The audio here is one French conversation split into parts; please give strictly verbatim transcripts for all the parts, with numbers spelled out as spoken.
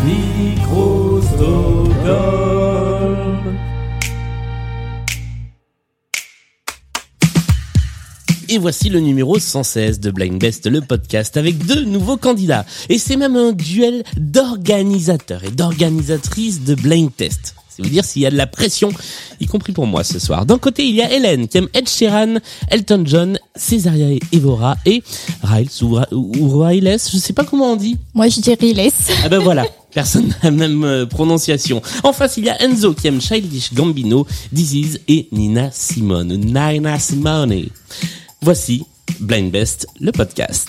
Micro-Stockholm. Et voici le numéro cent seize de Blind Best, le podcast, avec deux nouveaux candidats. Et c'est même un duel d'organisateurs et d'organisatrices de Blind Test. C'est vous dire s'il y a de la pression, y compris pour moi ce soir. D'un côté, il y a Hélène, qui aime Ed Sheeran, Elton John, Césaria Evora et Riles ou, ou Riles, je sais pas comment on dit. Moi, je dis Riles. Ah ben voilà. Personne n'a la même euh, prononciation. En face, il y a Enzo qui aime Childish Gambino, This Is et Nina Simone. Nina Simone. Voici Blind Best, le podcast.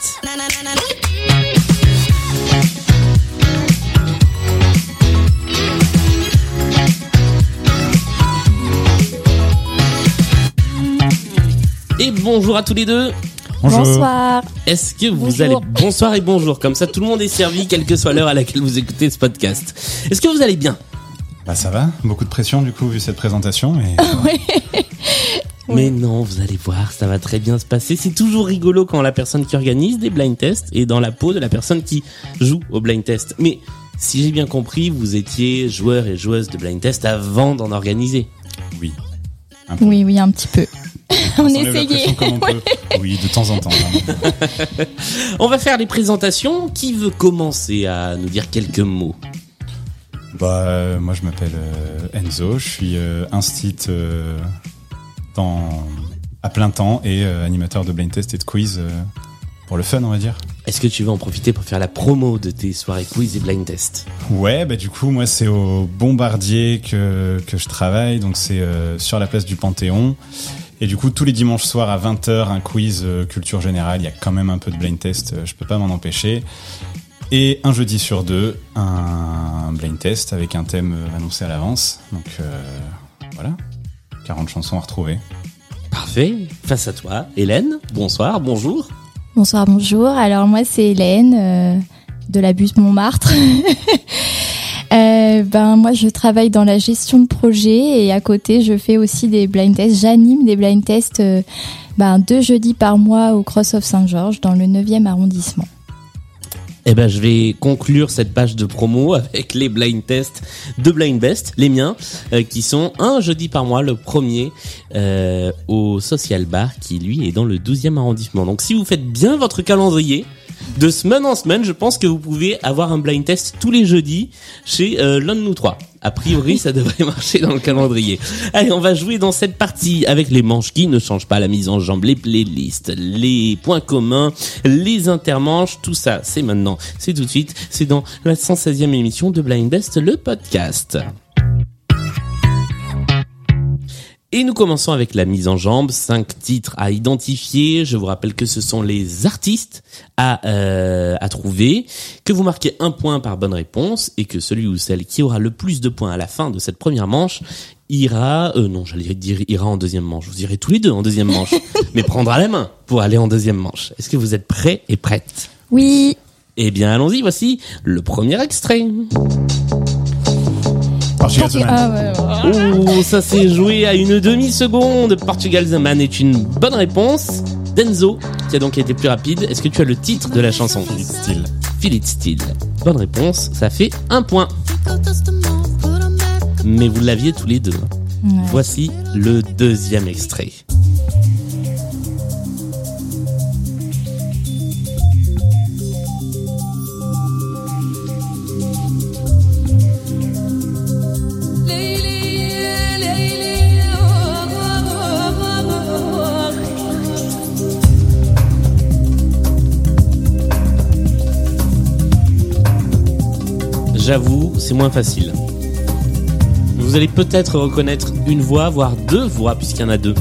Et bonjour à tous les deux. Bonjour. Bonsoir. Est-ce que vous bonjour. allez... Bonsoir et bonjour. Comme ça, tout le monde est servi, quelle que soit l'heure à laquelle vous écoutez ce podcast. Est-ce que vous allez bien ? Bah ça va. Beaucoup de pression du coup vu cette présentation. Mais... oui. Mais non, vous allez voir, ça va très bien se passer. C'est toujours rigolo quand la personne qui organise des blind tests est dans la peau de la personne qui joue au blind test. Mais si j'ai bien compris, vous étiez joueur et joueuse de blind test avant d'en organiser. Oui. Oui, oui, un petit peu. On, on essayait. Comme on peut. Oui, de temps en temps. On va faire les présentations. Qui veut commencer à nous dire quelques mots ? Bah, euh, moi je m'appelle euh, Enzo, je suis euh, instit euh, dans, à plein temps et euh, animateur de blind test et de quiz euh, pour le fun, on va dire. Est-ce que tu veux en profiter pour faire la promo de tes soirées quiz et blind test ? Ouais, bah du coup moi c'est au Bombardier que que je travaille, donc c'est euh, sur la place du Panthéon. Et du coup tous les dimanches soirs à vingt heures un quiz euh, culture générale, il y a quand même un peu de blind test, euh, je peux pas m'en empêcher. Et un jeudi sur deux, un blind test avec un thème annoncé à l'avance. Donc euh, voilà, quarante chansons à retrouver. Parfait. Face à toi, Hélène. Bonsoir, bonjour. Bonsoir, bonjour. Alors moi c'est Hélène euh, de la Buse Montmartre. euh, ben moi je travaille dans la gestion de projet et à côté je fais aussi des blind tests. J'anime des blind tests euh, ben, deux jeudis par mois au Cross of Saint-Georges dans le neuvième arrondissement. Eh ben, je vais conclure cette page de promo avec les blind tests de Blind Best, les miens, euh, qui sont un jeudi par mois, le premier euh, au Social Bar, qui lui est dans le douzième arrondissement. Donc, si vous faites bien votre calendrier, de semaine en semaine, je pense que vous pouvez avoir un blind test tous les jeudis chez euh, l'un de nous trois. A priori, ça devrait marcher dans le calendrier. Allez, on va jouer dans cette partie avec les manches qui ne changent pas, la mise en jambe, les playlists, les points communs, les intermanches, tout ça, c'est maintenant, c'est tout de suite, c'est dans la cent seizième émission de Blind Best, le podcast. Et nous commençons avec la mise en jambe, cinq titres à identifier. Je vous rappelle que ce sont les artistes à euh, à trouver, que vous marquez un point par bonne réponse et que celui ou celle qui aura le plus de points à la fin de cette première manche ira, euh, non, j'allais dire ira en deuxième manche. Vous irez tous les deux en deuxième manche, mais prendra la main pour aller en deuxième manche. Est-ce que vous êtes prêts et prêtes ? Oui. Eh bien, allons-y. Voici le premier extrait. Portugal The Man. Ah, ouais, ouais. Oh, ça s'est joué à une demi-seconde. Portugal The Man est une bonne réponse. Denzo, qui a donc été plus rapide. Est-ce que tu as le titre de la chanson ? Feel It Still. Feel It Still. Bonne réponse, ça fait un point. Mais vous l'aviez tous les deux. Ouais. Voici le deuxième extrait. J'avoue, c'est moins facile. Vous allez peut-être reconnaître une voix, voire deux voix, puisqu'il y en a deux.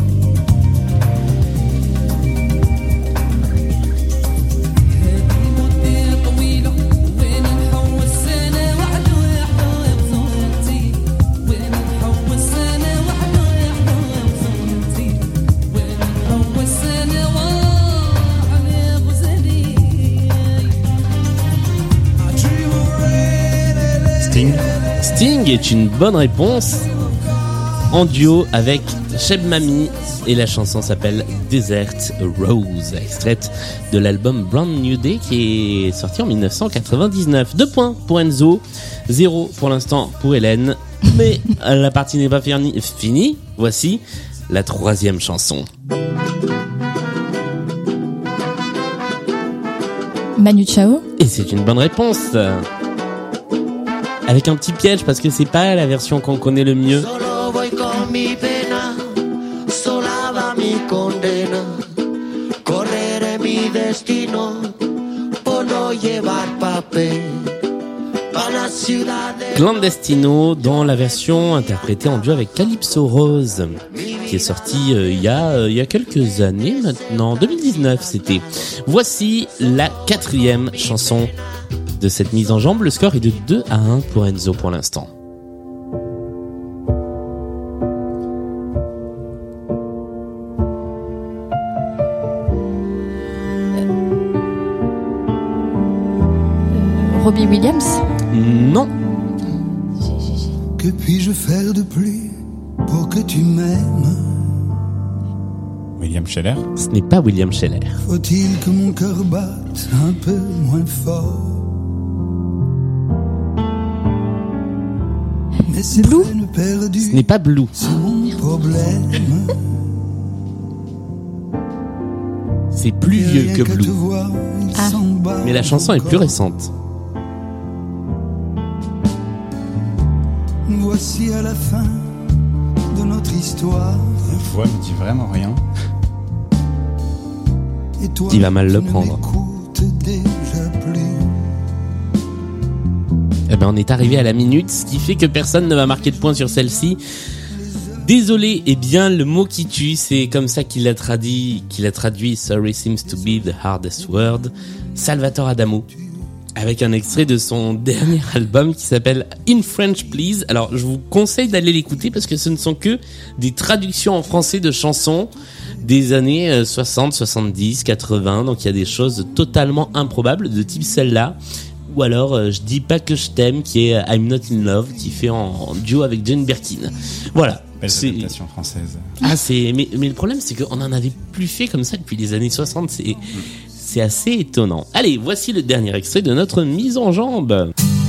Sting. Sting est une bonne réponse en duo avec Cheb Mami, et la chanson s'appelle Desert Rose, extraite de l'album Brand New Day qui est sorti en dix-neuf cent quatre-vingt-dix-neuf. Deux points pour Enzo, zéro pour l'instant pour Hélène, mais la partie n'est pas finie. Fini. Voici la troisième chanson. Manu Chao. Et c'est une bonne réponse. Avec un petit piège parce que c'est pas la version qu'on connaît le mieux. Clandestino dans la version interprétée en duo avec Calypso Rose, qui est sortie euh, il y a euh, il y a quelques années maintenant, deux mille dix-neuf c'était. Voici la quatrième chanson de cette mise en jambe. Le score est de deux à un pour Enzo pour l'instant. Robbie Williams. Non. Que puis-je faire de plus pour que tu m'aimes? William Scheller. Ce n'est pas William Scheller. Faut-il que mon cœur batte un peu moins fort? Mais c'est Blue. peine perdue, Ce n'est pas Blue. c'est mon problème. C'est plus vieux Rien que qu'à Blue. te voir, il Ah. s'emballe Mais la chanson est plus encore. récente. Voici à la fin de notre histoire. La voix me dit vraiment rien. Et toi, Il va mal le tu ne prendre. m'écoutes déjà plus. Eh ben, on est arrivé à la minute, ce qui fait que personne ne va marquer de point sur celle-ci. Désolé, eh bien, le mot qui tue, c'est comme ça qu'il a traduit, qu'il a traduit Sorry seems to be the hardest word, Salvatore Adamo, avec un extrait de son dernier album qui s'appelle In French Please. Alors, je vous conseille d'aller l'écouter parce que ce ne sont que des traductions en français de chansons des années soixante, soixante-dix, quatre-vingts, donc il y a des choses totalement improbables de type celle-là. Ou alors, euh, je dis pas que je t'aime, qui est I'm Not in Love, qui fait en, en duo avec Jane Birkin. Voilà. Belle C'est- adaptation française. Ah, c'est, mais, mais le problème, c'est qu'on en avait plus fait comme ça depuis les années soixante. C'est, c'est assez étonnant. Allez, voici le dernier extrait de notre mise en jambe.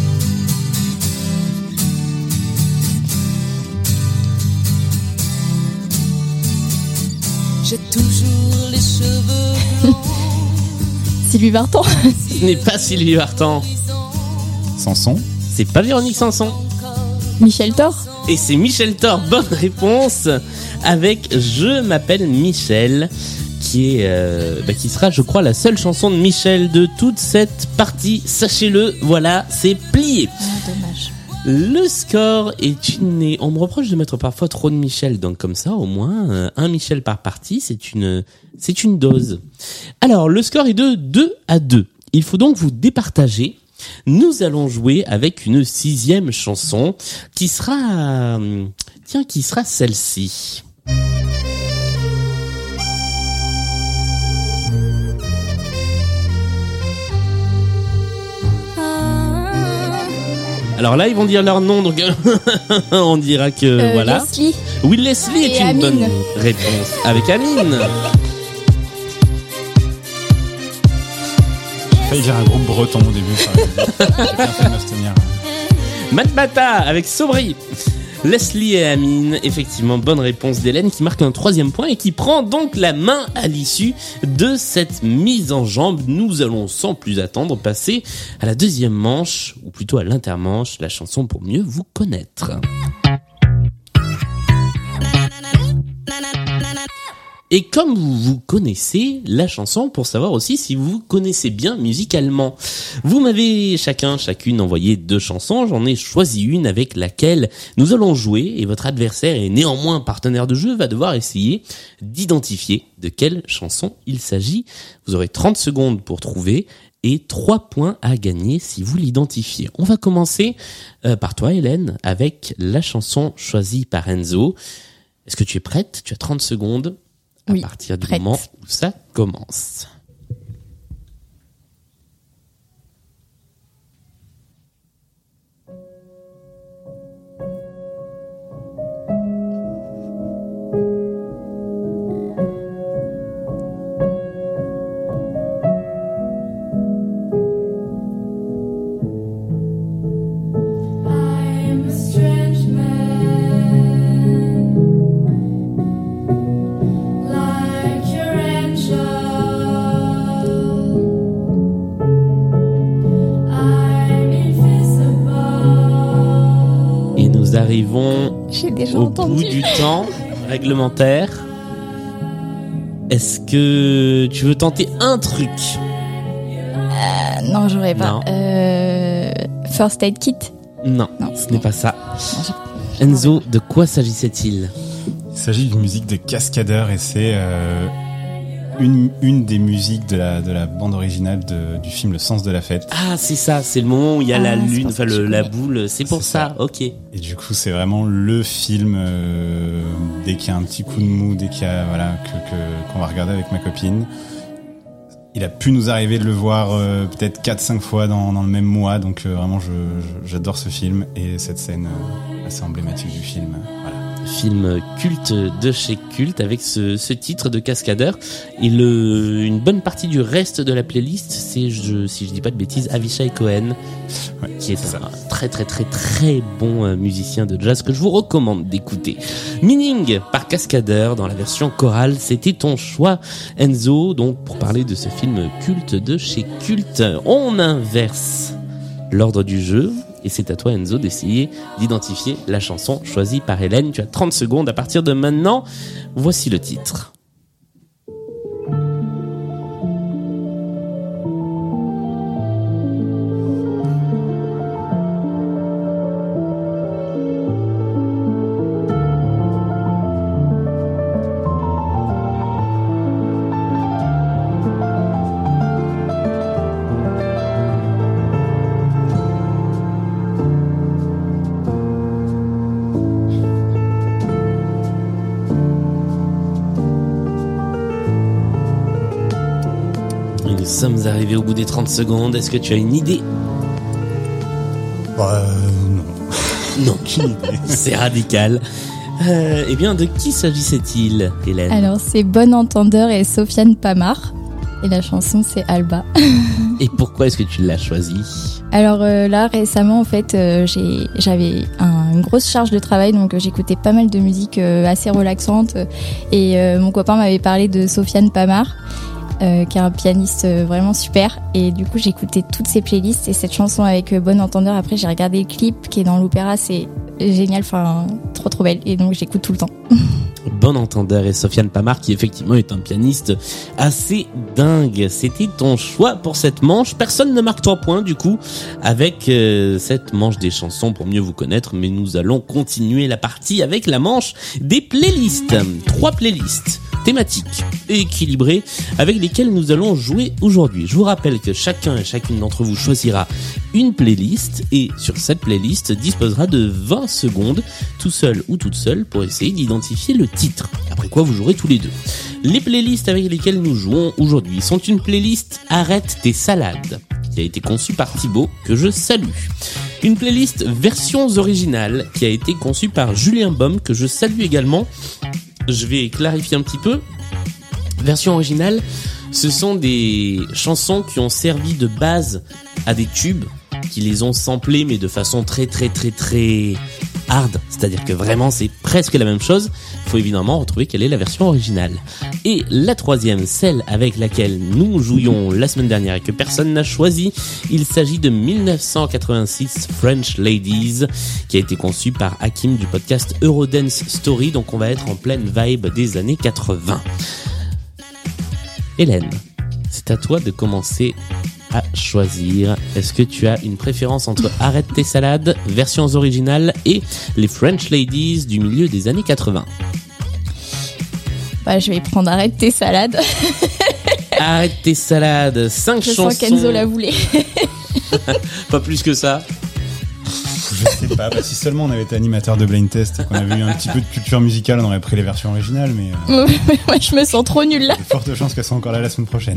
J'ai toujours les cheveux blancs. Sylvie Vartan. Ce n'est pas Sylvie Vartan. Sanson. C'est pas Véronique Sanson. Michel Thor. Et c'est Michel Thor. Bonne réponse. Avec Je m'appelle Michel, qui est, euh, bah, qui sera, je crois, la seule chanson de Michel de toute cette partie. Sachez-le, voilà, c'est plié. Ah, dommage. Le score est une... On me reproche de mettre parfois trop de Michel, donc comme ça, au moins, euh, un Michel par partie, c'est une, c'est une dose. Alors, le score est de deux à deux. Il faut donc vous départager. Nous allons jouer avec une sixième chanson qui sera... euh, Tiens, qui sera celle-ci. Alors là, ils vont dire leur nom, donc on dira que Euh, voilà. Leslie. Oui, Leslie est Et une Amine. bonne réponse. Avec Amine. J'ai failli dire un groupe breton au début. J'ai bien fait de m'abstenir. Matmata avec Sobri. Leslie et Amine, effectivement, bonne réponse d'Hélène qui marque un troisième point et qui prend donc la main à l'issue de cette mise en jambe. Nous allons sans plus attendre passer à la deuxième manche, ou plutôt à l'intermanche, la chanson pour mieux vous connaître. Et comme vous vous connaissez la chanson, pour savoir aussi si vous vous connaissez bien musicalement, vous m'avez chacun, chacune envoyé deux chansons. J'en ai choisi une avec laquelle nous allons jouer et votre adversaire et néanmoins partenaire de jeu va devoir essayer d'identifier de quelle chanson il s'agit. Vous aurez trente secondes pour trouver et trois points à gagner si vous l'identifiez. On va commencer euh, par toi, Hélène, avec la chanson choisie par Enzo. Est-ce que tu es prête? Tu as trente secondes. À Oui, partir du prête. moment où ça commence. arrivons J'ai déjà au entendu. bout du temps réglementaire. Est-ce que tu veux tenter un truc? Euh, non, j'aurais pas. Non. Euh, First Aid Kit. Non, Non. ce n'est pas ça. Non, j'ai- Enzo, de quoi s'agissait-il? Il s'agit d'une musique de Cascadeur et c'est euh, une, une des musiques de la, de la bande originale de, du film Le Sens de la Fête. Ah, c'est ça, c'est le moment où il y a Ah, la c'est lune, pour ça enfin que je le, la connais. boule, c'est pour C'est ça, ça. ok. Et du coup, c'est vraiment le film, euh, dès qu'il y a un petit coup de mou, dès qu'il y a, voilà, que, que, qu'on va regarder avec ma copine. Il a pu nous arriver de le voir euh, peut-être quatre cinq fois dans, dans le même mois, donc euh, vraiment, je, je- j'adore ce film et cette scène euh, assez emblématique du film. euh, Voilà. Film culte de chez culte avec ce, ce titre de Cascadeur. Et le, une bonne partie du reste de la playlist, c'est, je, si je dis pas de bêtises, Avishai Cohen, Ouais, qui est c'est un ça. très très très très bon euh, musicien de jazz que je vous recommande d'écouter. Meaning par Cascadeur dans la version chorale, c'était ton choix Enzo, donc pour parler de ce film culte de chez culte. On inverse l'ordre du jeu et c'est à toi Enzo d'essayer d'identifier la chanson choisie par Hélène. Tu as trente secondes à partir de maintenant. Voici le titre. Et nous sommes arrivés au bout des trente secondes. Est-ce que tu as une idée? Bah, euh, non. Non, c'est radical. Euh, eh bien, de qui s'agissait-il, Hélène? Alors, c'est Bon Entendeur et Sofiane Pamar. Et la chanson, c'est Alba. Et pourquoi est-ce que tu l'as choisi? Alors euh, là, récemment, en fait, euh, j'ai, j'avais un, une grosse charge de travail, donc euh, j'écoutais pas mal de musique euh, assez relaxante. Et euh, mon copain m'avait parlé de Sofiane Pamar, euh, qui est un pianiste euh, vraiment super. Et du coup, j'écoutais toutes ses playlists et cette chanson avec euh, Bon Entendeur. Après, j'ai regardé le clip qui est dans l'opéra, c'est génial, enfin trop trop belle. Et donc, j'écoute tout le temps. Bon Entendeur et Sofiane Pamar, qui effectivement est un pianiste assez dingue. C'était ton choix pour cette manche. Personne ne marque trois points du coup avec euh, cette manche des chansons pour mieux vous connaître, mais nous allons continuer la partie avec la manche des playlists. Trois playlists thématiques et équilibrées avec lesquelles nous allons jouer aujourd'hui. Je vous rappelle que chacun et chacune d'entre vous choisira une playlist et sur cette playlist disposera de vingt secondes tout seul ou toute seule pour essayer d'identifier le titre. Après quoi vous jouerez tous les deux. Les playlists avec lesquelles nous jouons aujourd'hui sont une playlist Arrête tes salades qui a été conçue par Thibaut que je salue. Une playlist versions originales qui a été conçue par Julien Baum que je salue également. Je vais clarifier un petit peu. Version originale, ce sont des chansons qui ont servi de base à des tubes, qui les ont samplés mais de façon très très très très hard, c'est-à-dire que vraiment c'est presque la même chose. Il faut évidemment retrouver quelle est la version originale. Et la troisième, celle avec laquelle nous jouions la semaine dernière et que personne n'a choisi, il s'agit de dix-neuf cent quatre-vingt-six French Ladies, qui a été conçue par Hakim du podcast Eurodance Story, donc on va être en pleine vibe des années quatre-vingts. Hélène, c'est à toi de commencer à choisir. Est-ce que tu as une préférence entre Arrête tes salades, versions originales et les French Ladies du milieu des années quatre-vingts? Bah, je vais prendre Arrête tes salades. Arrête tes salades, cinq Je chansons. sens qu'Enzo la voulait. Pas plus que ça. Je sais pas, bah, si seulement on avait été animateur de Blind Test et qu'on avait eu un petit peu de culture musicale, on aurait pris les versions originales, mais euh, Moi, je me sens trop nulle là. il y a de fortes chances qu'elles soient encore là la semaine prochaine.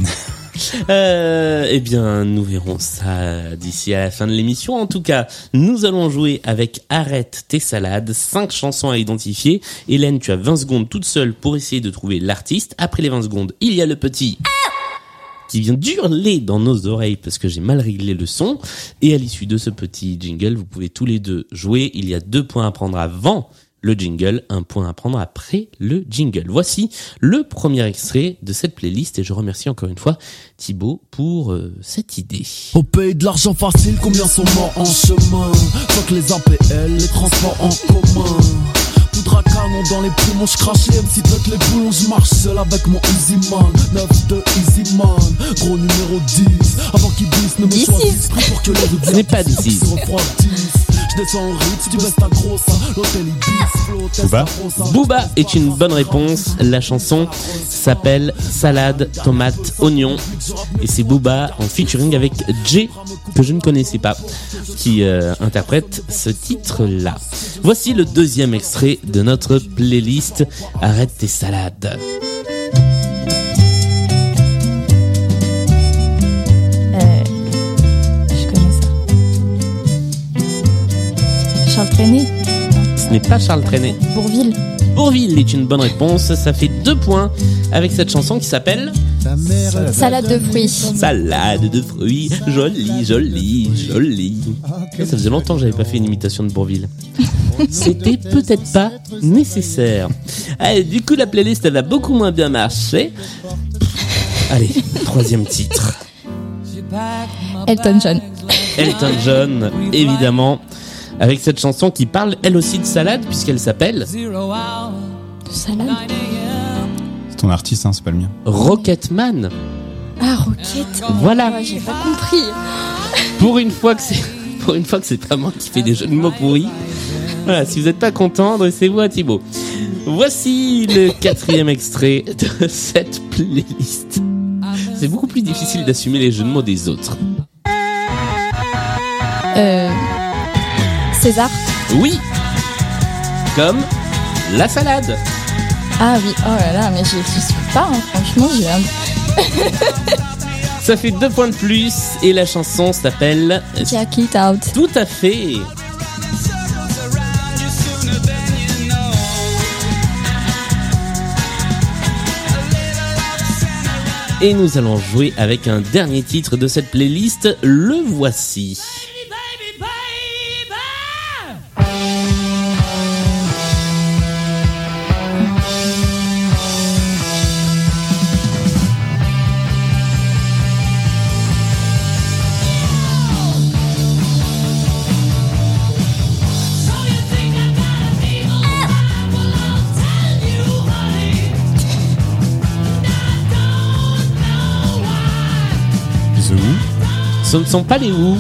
Euh, eh bien, nous verrons ça d'ici à la fin de l'émission. En tout cas, nous allons jouer avec Arrête tes salades, cinq chansons à identifier. Hélène, tu as vingt secondes toute seule pour essayer de trouver l'artiste. Après les vingt secondes, il y a le petit qui vient d'hurler dans nos oreilles parce que j'ai mal réglé le son. Et à l'issue de ce petit jingle, vous pouvez tous les deux jouer. Il y a deux points à prendre avant le jingle, un point à prendre après le jingle. Voici le premier extrait de cette playlist et je remercie encore une fois Thibaut pour euh, cette idée. Au pays de l'argent facile, combien sont morts en chemin? Tant que les A P L, les transports en commun. Poudre à canon dans les poumons, j'crache les M C pète les boulons, j'marche seul avec mon Easy Man. neuf de Easy Man, gros numéro dix. Avant qu'ils disent, ne me choisissent, pris pour que les rues Ce n'est pas d'ici. se refroidissent. J'descends le rythme, si tu baisses ta grosse, l'hôtel il bise, flow, teste Booba. ta grosse. Booba est une bonne réponse. La chanson s'appelle Salade, tomate, oignon. Et c'est Booba en featuring avec Jay, que je ne connaissais pas, qui euh, interprète ce titre-là. Voici le deuxième extrait de notre playlist Arrête tes salades. Euh, je connais ça. Charles Trenet. Ce n'est pas Charles Trenet. Bourvil. Bourvil est une bonne réponse. Ça fait deux points avec cette chanson qui s'appelle Salade de fruits. Salade de fruits. Jolie, jolie, jolie. Ça faisait longtemps que j'avais pas fait une imitation de Bourvil. C'était peut-être pas nécessaire. Allez, du coup, la playlist, elle va beaucoup moins bien marcher. Allez, troisième titre. Elton John. Elton John, évidemment, avec cette chanson qui parle, elle aussi, de salade, puisqu'elle s'appelle Salade. C'est ton artiste, hein, c'est pas le mien. Rocketman. Ah, Roquette. Voilà. Oh, j'ai pas compris. Pour une fois que c'est, pour une fois que c'est pas moi qui fais des jeux de mots pourris. Voilà, si vous n'êtes pas content, adressez-vous à Thibaut. Voici le quatrième extrait de cette playlist. C'est beaucoup plus difficile d'assumer les jeux de mots des autres. Euh, César. Oui, comme la salade. Ah oui, oh là là, mais j'y suis pas, hein. Franchement, j'ai un... Ça fait deux points de plus et la chanson s'appelle Check it out. Tout à fait. Et nous allons jouer avec un dernier titre de cette playlist, le voici. The Who. Ce ne sont pas les Who.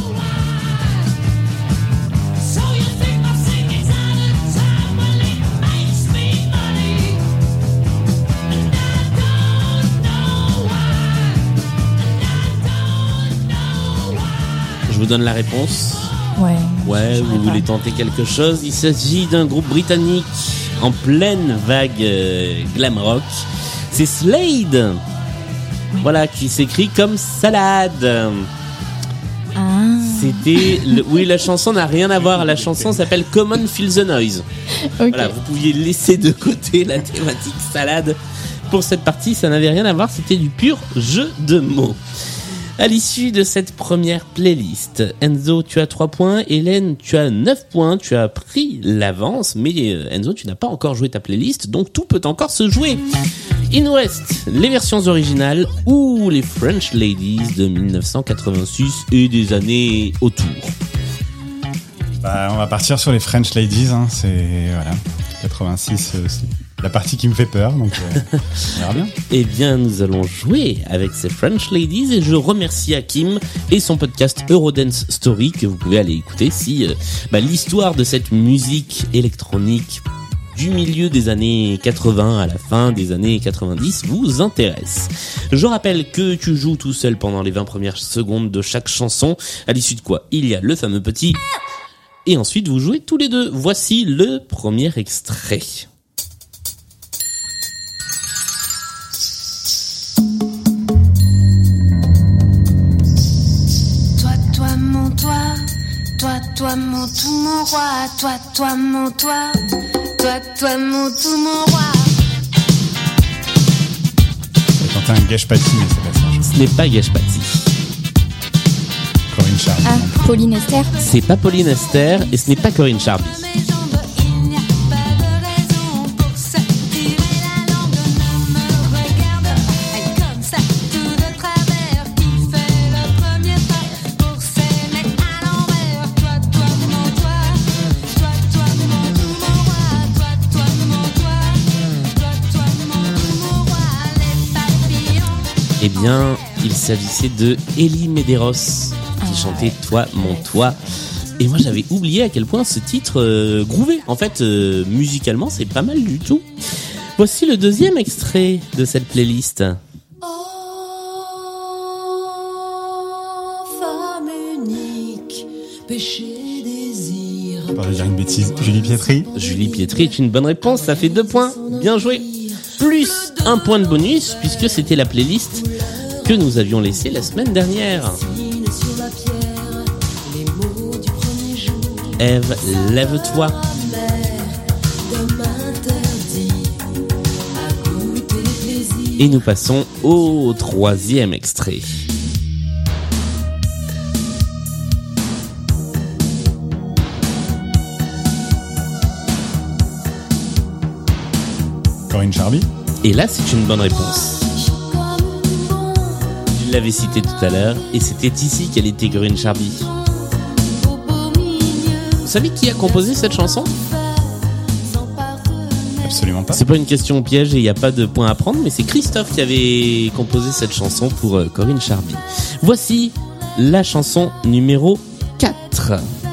Je vous donne la réponse. Ouais. Ouais, vous voulez tenter quelque chose? Il s'agit d'un groupe britannique en pleine vague euh, glam rock. C'est Slade. Voilà, qui s'écrit comme salade. Ah. C'était le... oui, la chanson n'a rien à voir. La chanson s'appelle Common Feel the Noise. Ok. Voilà, vous pouviez laisser de côté la thématique salade. Pour cette partie, ça n'avait rien à voir. C'était du pur jeu de mots. À l'issue de cette première playlist, Enzo, tu as trois points. Hélène, tu as neuf points. Tu as pris l'avance. Mais euh, Enzo, tu n'as pas encore joué ta playlist. Donc tout peut encore se jouer. Il nous reste les versions originales ou les French Ladies de dix-neuf cent quatre-vingt-six et des années autour. Bah, on va partir sur les French Ladies, hein. C'est voilà, quatre-vingt-six, euh, c'est la partie qui me fait peur, donc euh, on verra bien. Eh bien, nous allons jouer avec ces French Ladies et je remercie Hakim et son podcast Eurodance Story que vous pouvez aller écouter si euh, bah, l'histoire de cette musique électronique du milieu des années quatre-vingts à la fin des années quatre-vingt-dix vous intéresse. Je rappelle que tu joues tout seul pendant les vingt premières secondes de chaque chanson, à l'issue de quoi il y a le fameux petit et ensuite vous jouez tous les deux. Voici le premier extrait. Toi, toi, mon toi, toi, toi, mon tout, mon roi, toi, toi, mon toi, toi, toi, mon tout, mon roi. J'ai tenté un Gage Patty, mais c'est pas ça. je- Ce n'est pas Gage Patty. Corinne Charles. Ah, Pauline Esther. C'est pas Pauline Esther et ce n'est pas Corinne Charby. Mes jambes, il n'y a pas de bien, il s'agissait de Elie Medeiros qui chantait Toi, mon toi. Et moi, j'avais oublié à quel point ce titre euh, groovait. En fait, euh, musicalement, c'est pas mal du tout. Voici le deuxième extrait de cette playlist. Oh, femme unique, péché, désir. Pardon, dire une bêtise. Julie Pietri. Julie Pietri est une bonne réponse, ça fait deux points. Bien joué. Plus un point de bonus, puisque c'était la playlist que nous avions laissée la semaine dernière. Ève, lève-toi. Et nous passons au troisième extrait. Corinne Charby. Et là, c'est une bonne réponse. Je l'avais cité tout à l'heure, et c'était ici qu'elle était, Corinne Charby. Vous savez qui a composé cette chanson ? Absolument pas. C'est pas une question piège et il n'y a pas de point à prendre, mais c'est Christophe qui avait composé cette chanson pour Corinne Charby. Voici la chanson numéro quatre.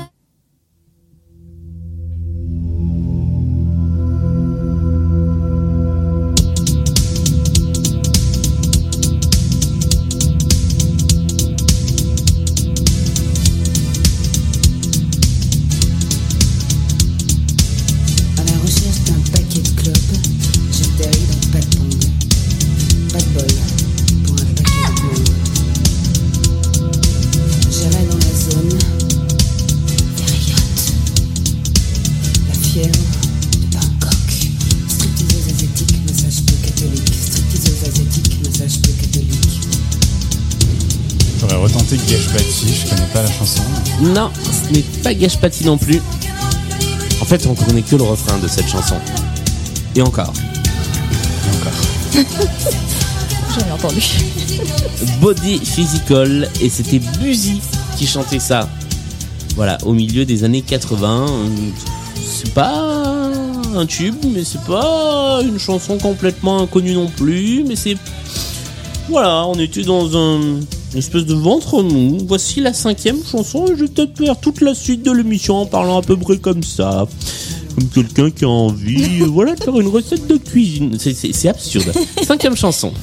Non, ce n'est pas Gashpati non plus. En fait, on connaît que le refrain de cette chanson. Et encore. Et encore. J'avais entendu. Body Physical, et c'était Buzi qui chantait ça. Voilà, au milieu des années quatre-vingts. C'est pas un tube, mais c'est pas une chanson complètement inconnue non plus. Mais c'est... Voilà, on était dans un... une espèce de ventre mou. Voici la cinquième chanson et je vais peut-être faire toute la suite de l'émission en parlant à peu près comme ça. Comme quelqu'un qui a envie euh, voilà, de faire une recette de cuisine. C'est, c'est, c'est absurde. Cinquième chanson.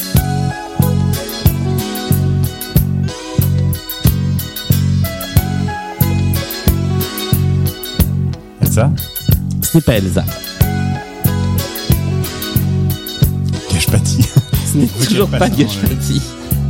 Elsa. Ce n'est pas Elsa. Gashpati. Ce n'est toujours pas Gashpati.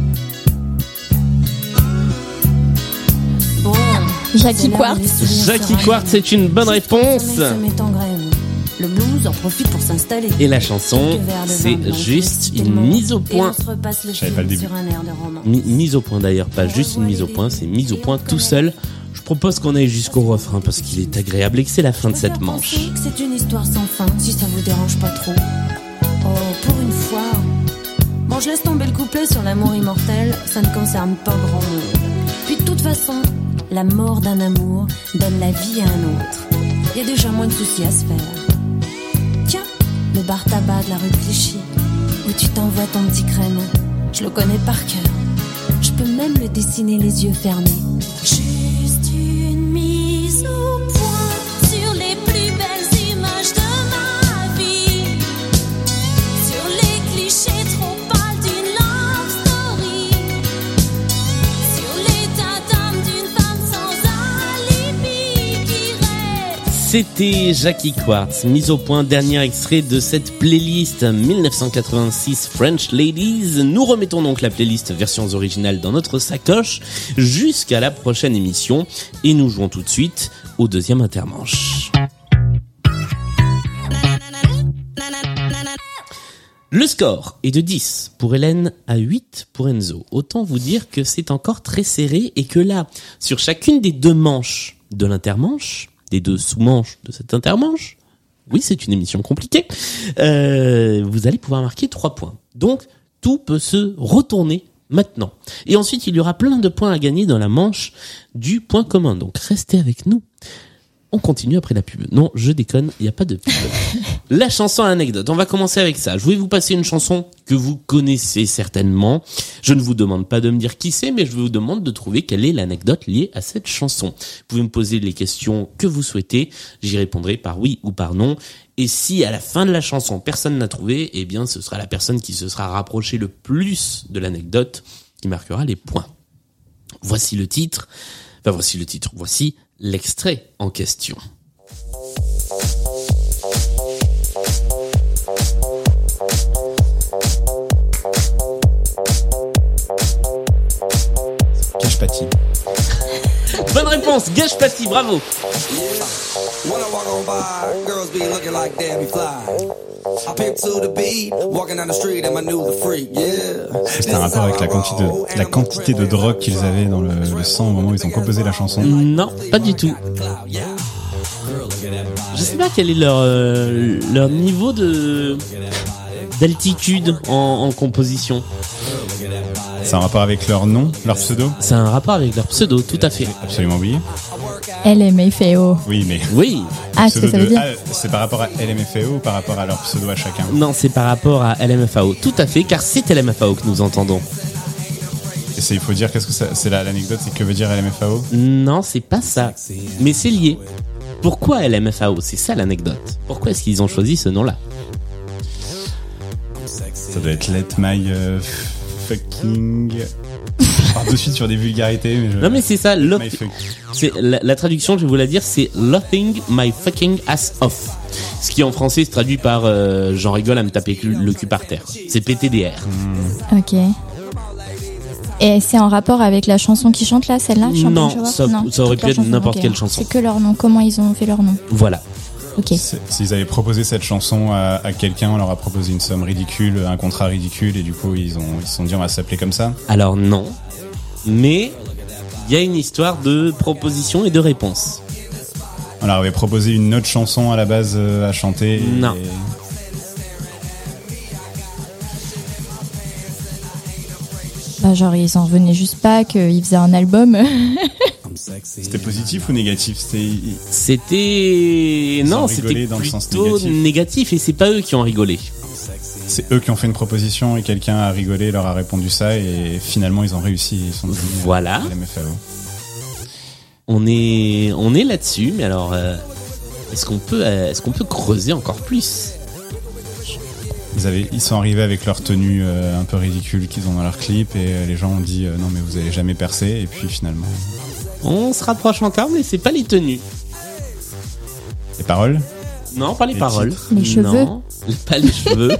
Jackie Quartz. Jackie Quartz, c'est une bonne réponse. Le blues en profite pour s'installer. Et la chanson, c'est juste une mise au point. Je savais pas le début. Mi- mise au point d'ailleurs, pas juste une mise au point, c'est mise au point tout seul. Je propose qu'on aille jusqu'au refrain parce qu'il est agréable et que c'est la fin de cette manche. C'est une histoire sans fin, si ça vous dérange pas trop. Oh, pour une fois. Bon, je laisse tomber le couplet sur l'amour immortel, ça ne concerne pas grand monde. Puis de toute façon, la mort d'un amour donne la vie à un autre. Il y a déjà moins de soucis à se faire. Tiens, le bar tabac de la rue Clichy, où tu t'envoies ton petit crème. Je le connais par cœur. Je peux même le dessiner les yeux fermés. Juste une mise au point sur les plus belles images de ma vie. Sur les clichés trop pâles d'une love story. Sur l'état d'âme d'une femme sans alibi qui rêve. C'était Jackie Quartz, mise au point, dernier extrait de cette playlist dix-neuf cent quatre-vingt-six French Ladies. Nous remettons donc la playlist versions originales dans notre sacoche jusqu'à la prochaine émission et nous jouons tout de suite au deuxième intermanche. Le score est de dix pour Hélène à huit pour Enzo. Autant vous dire que c'est encore très serré et que là, sur chacune des deux manches de l'intermanche, des deux sous-manches de cette intermanche, oui, c'est une émission compliquée, euh, vous allez pouvoir marquer trois points. Donc, tout peut se retourner maintenant. Et ensuite, il y aura plein de points à gagner dans la manche du point commun. Donc, restez avec nous. On continue après la pub. Non, je déconne, il n'y a pas de pub. La chanson anecdote, on va commencer avec ça. Je vais vous passer une chanson que vous connaissez certainement. Je ne vous demande pas de me dire qui c'est, mais je vous demande de trouver quelle est l'anecdote liée à cette chanson. Vous pouvez me poser les questions que vous souhaitez, j'y répondrai par oui ou par non. Et si à la fin de la chanson, personne n'a trouvé, eh bien ce sera la personne qui se sera rapprochée le plus de l'anecdote qui marquera les points. Voici le titre, enfin voici le titre, voici l'extrait en question. Gage Paty. Bonne réponse, Gage Paty, bravo. C'était un rapport avec la quantité de, la quantité de drogue qu'ils avaient dans le, le sang au moment où ils ont composé la chanson. Non, pas du tout. Je sais pas quel est leur euh, leur niveau de d'altitude en, en composition. C'est un rapport avec leur nom, leur pseudo. C'est un rapport avec leur pseudo, tout à fait. Absolument oublié. L M F A O. Oui, mais Oui. Ah, c'est ce que ça veut de- dire. ah, c'est par rapport à L M F A O ou par rapport à leur pseudo à chacun? Non, c'est par rapport à L M F A O. Tout à fait, car c'est L M F A O que nous entendons. Et c'est, il faut dire qu'est-ce que ça, c'est là l'anecdote, c'est que veut dire L M F A O? Non, c'est pas ça. Mais c'est lié. Pourquoi L M F A O? C'est ça l'anecdote. Pourquoi est-ce qu'ils ont choisi ce nom-là? Ça doit être Let My euh, Fucking. Je pars de suite sur des vulgarités, mais je... Non mais c'est ça. Let Lot- My Fuck. C'est la, la traduction, je vais vous la dire, c'est Laughing My Fucking Ass Off. Ce qui en français se traduit par euh, j'en rigole à me taper le cul par terre. C'est P T D R. Ok. Et c'est en rapport avec la chanson qu'ils chantent là, celle-là Champion Non, de Chihuahua ça- ça aurait toute pu leur être chanson, n'importe ok. quelle chanson. C'est que leur nom. Comment ils ont fait leur nom? Voilà. Ok. C'est- S'ils avaient proposé cette chanson à, à quelqu'un, on leur a proposé une somme ridicule, un contrat ridicule, et du coup ils ont ils se sont dit on va s'appeler comme ça. Alors non, mais il y a une histoire de proposition et de réponse. On leur avait proposé une autre chanson à la base euh, à chanter. et- Non. Bah, genre, ils en revenaient juste pas qu'ils faisaient un album. C'était positif ou négatif? C'était C'était ont non, rigolé c'était dans le sens plutôt négatif. négatif et c'est pas eux qui ont rigolé. c'est eux qui ont fait une proposition et quelqu'un a rigolé, leur a répondu ça, et finalement ils ont réussi. Ils sont devenus Voilà. L M F A O. On est on est là-dessus, mais alors euh, est-ce qu'on peut euh, est-ce qu'on peut creuser encore plus? Ils, avaient, ils sont arrivés avec leur tenue euh, un peu ridicule qu'ils ont dans leur clip, et euh, les gens ont dit euh, non mais vous allez jamais percer, et puis finalement On se rapproche encore, mais c'est pas les tenues. les paroles. Non, pas les, Les paroles. titres. Les cheveux. Non, pas les cheveux.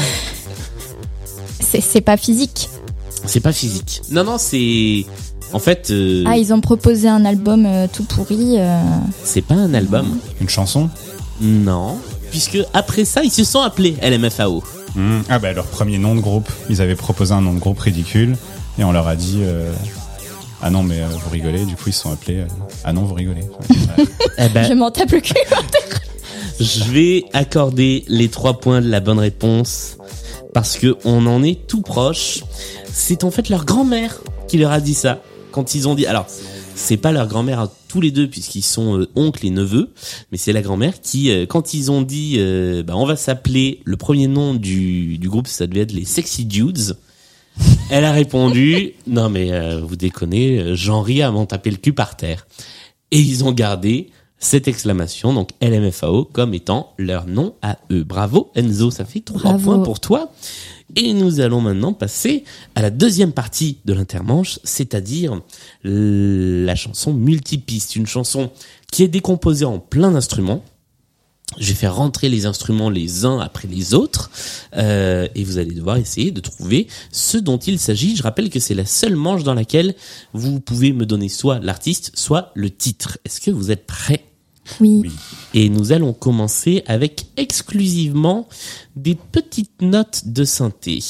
C'est c'est pas physique. C'est pas physique. Non, non, c'est en fait euh, Ah, ils ont proposé un album euh, tout pourri. euh. c'est pas un album. Une chanson. Non, puisque après ça, ils se sont appelés L M F A O. Mmh. Ah bah leur premier nom de groupe, ils avaient proposé un nom de groupe ridicule, et on leur a dit euh, ah non mais euh, vous rigolez, du coup ils se sont appelés euh, ah non vous rigolez. Voilà. Eh ben, Je m'en tape le cul. je vais accorder les trois points de la bonne réponse parce que on en est tout proche. C'est en fait leur grand-mère qui leur a dit ça quand ils ont dit. Alors, c'est pas leur grand-mère à tous les deux puisqu'ils sont euh, oncles et neveux, mais c'est la grand-mère qui, euh, quand ils ont dit, euh, bah, on va s'appeler, le premier nom du, du groupe, ça devait être les Sexy Dudes. Elle a répondu, non mais euh, vous déconnez, j'en ris à m'en taper le cul par terre. Et ils ont gardé cette exclamation, donc L M F A O, comme étant leur nom à eux. Bravo Enzo, ça fait trois Bravo. points pour toi. Et nous allons maintenant passer à la deuxième partie de l'intermanche, c'est-à-dire la chanson multipiste, une chanson qui est décomposée en plein d'instruments. Je vais faire rentrer les instruments les uns après les autres euh, et vous allez devoir essayer de trouver ce dont il s'agit. Je rappelle que c'est la seule manche dans laquelle vous pouvez me donner soit l'artiste, soit le titre. Est-ce que vous êtes prêts ? Oui. Oui. Et nous allons commencer avec exclusivement des petites notes de synthé.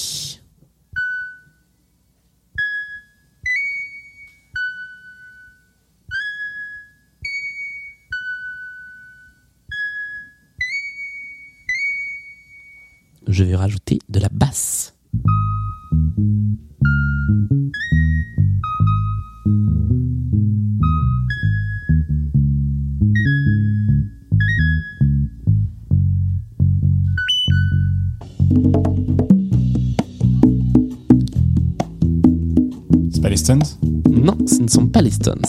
Je vais rajouter de la basse. Stones? Non, ce ne sont pas les Stones.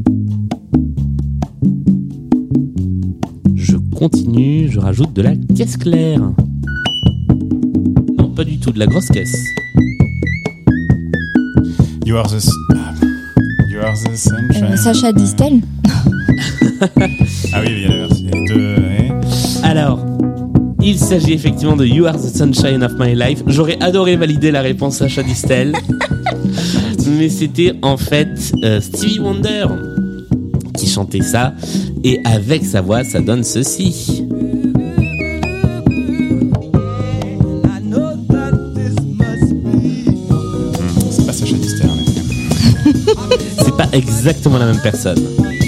Je continue, je rajoute de la caisse claire. Non, pas du tout, de la grosse caisse. You are the... You are the sunshine. Euh, Sacha Distel. Ah oui, il y a la version. Il y a les deux. Ouais. Alors, il s'agit effectivement de You Are the Sunshine of My Life. J'aurais adoré valider la réponse Sacha Distel. Mais c'était en fait euh, Stevie Wonder qui chantait ça. Et avec sa voix, ça donne ceci. C'est pas Sacha Distel, en effet. C'est pas exactement la même personne.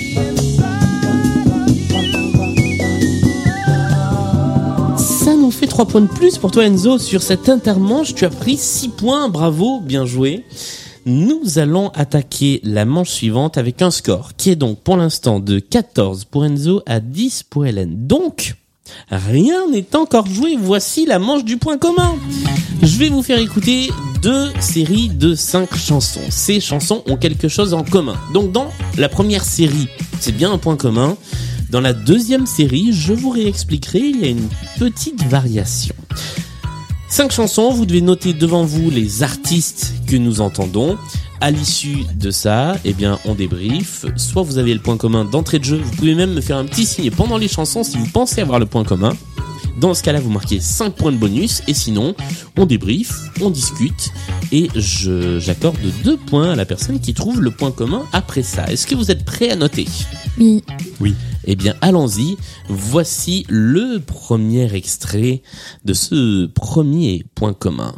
Ça nous fait trois points de plus pour toi, Enzo. Sur cette intermanche, tu as pris six points. Bravo, bien joué. Nous allons attaquer la manche suivante avec un score qui est donc pour l'instant de quatorze pour Enzo à dix pour Hélène. Donc, rien n'est encore joué. Voici la manche du point commun. Je vais vous faire écouter deux séries de cinq chansons. Ces chansons ont quelque chose en commun. Donc dans la première série, c'est bien un point commun. Dans la deuxième série, je vous réexpliquerai, il y a une petite variation. Cinq chansons, vous devez noter devant vous les artistes que nous entendons. À l'issue de ça, eh bien, on débrief. Soit vous avez le point commun d'entrée de jeu, vous pouvez même me faire un petit signe pendant les chansons si vous pensez avoir le point commun. Dans ce cas-là, vous marquez cinq points de bonus, et sinon, on débrief, on discute, et je, j'accorde deux points à la personne qui trouve le point commun après ça. Est-ce que vous êtes prêts à noter ? Oui. Oui. Eh bien, allons-y. Voici le premier extrait de ce premier point commun.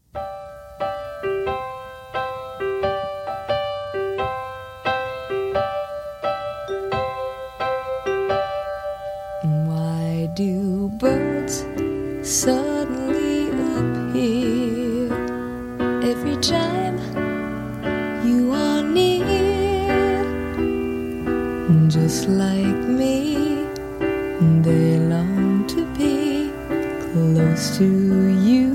Why do birds suddenly appear every time you are near? Just like me, they long to be close to you.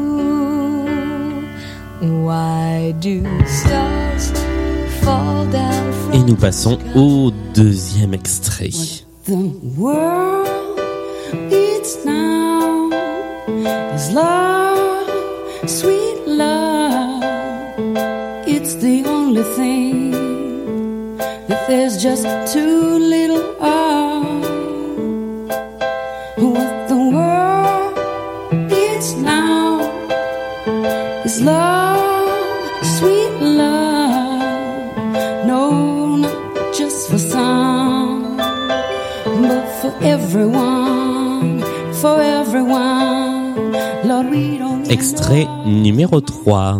Why do stars fall down from Et nous passons au deuxième extrait. the world needs now is love, sweet love. It's the only thing that there's just too little of. What the world needs now is love, sweet love. No, not just for some, but for everyone, for everyone. Lord, we don't need Extrait numéro trois.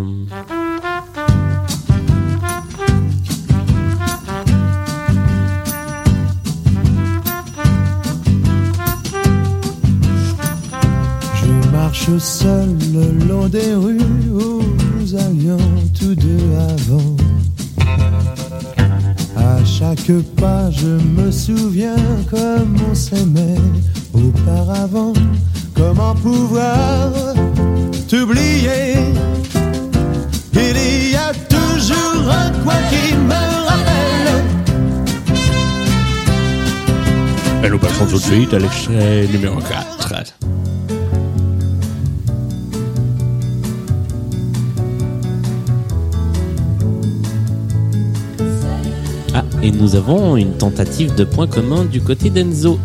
Je marche seul le long des rues où nous allions tous deux avant. À chaque pas je me souviens comme on s'aimait auparavant. Comment pouvoir t'oublier? Il y a toujours un coin qui me rappelle. Et nous passons tout de suite à l'extrait numéro quatre. Ah, et nous avons une tentative de point commun du côté d'Enzo.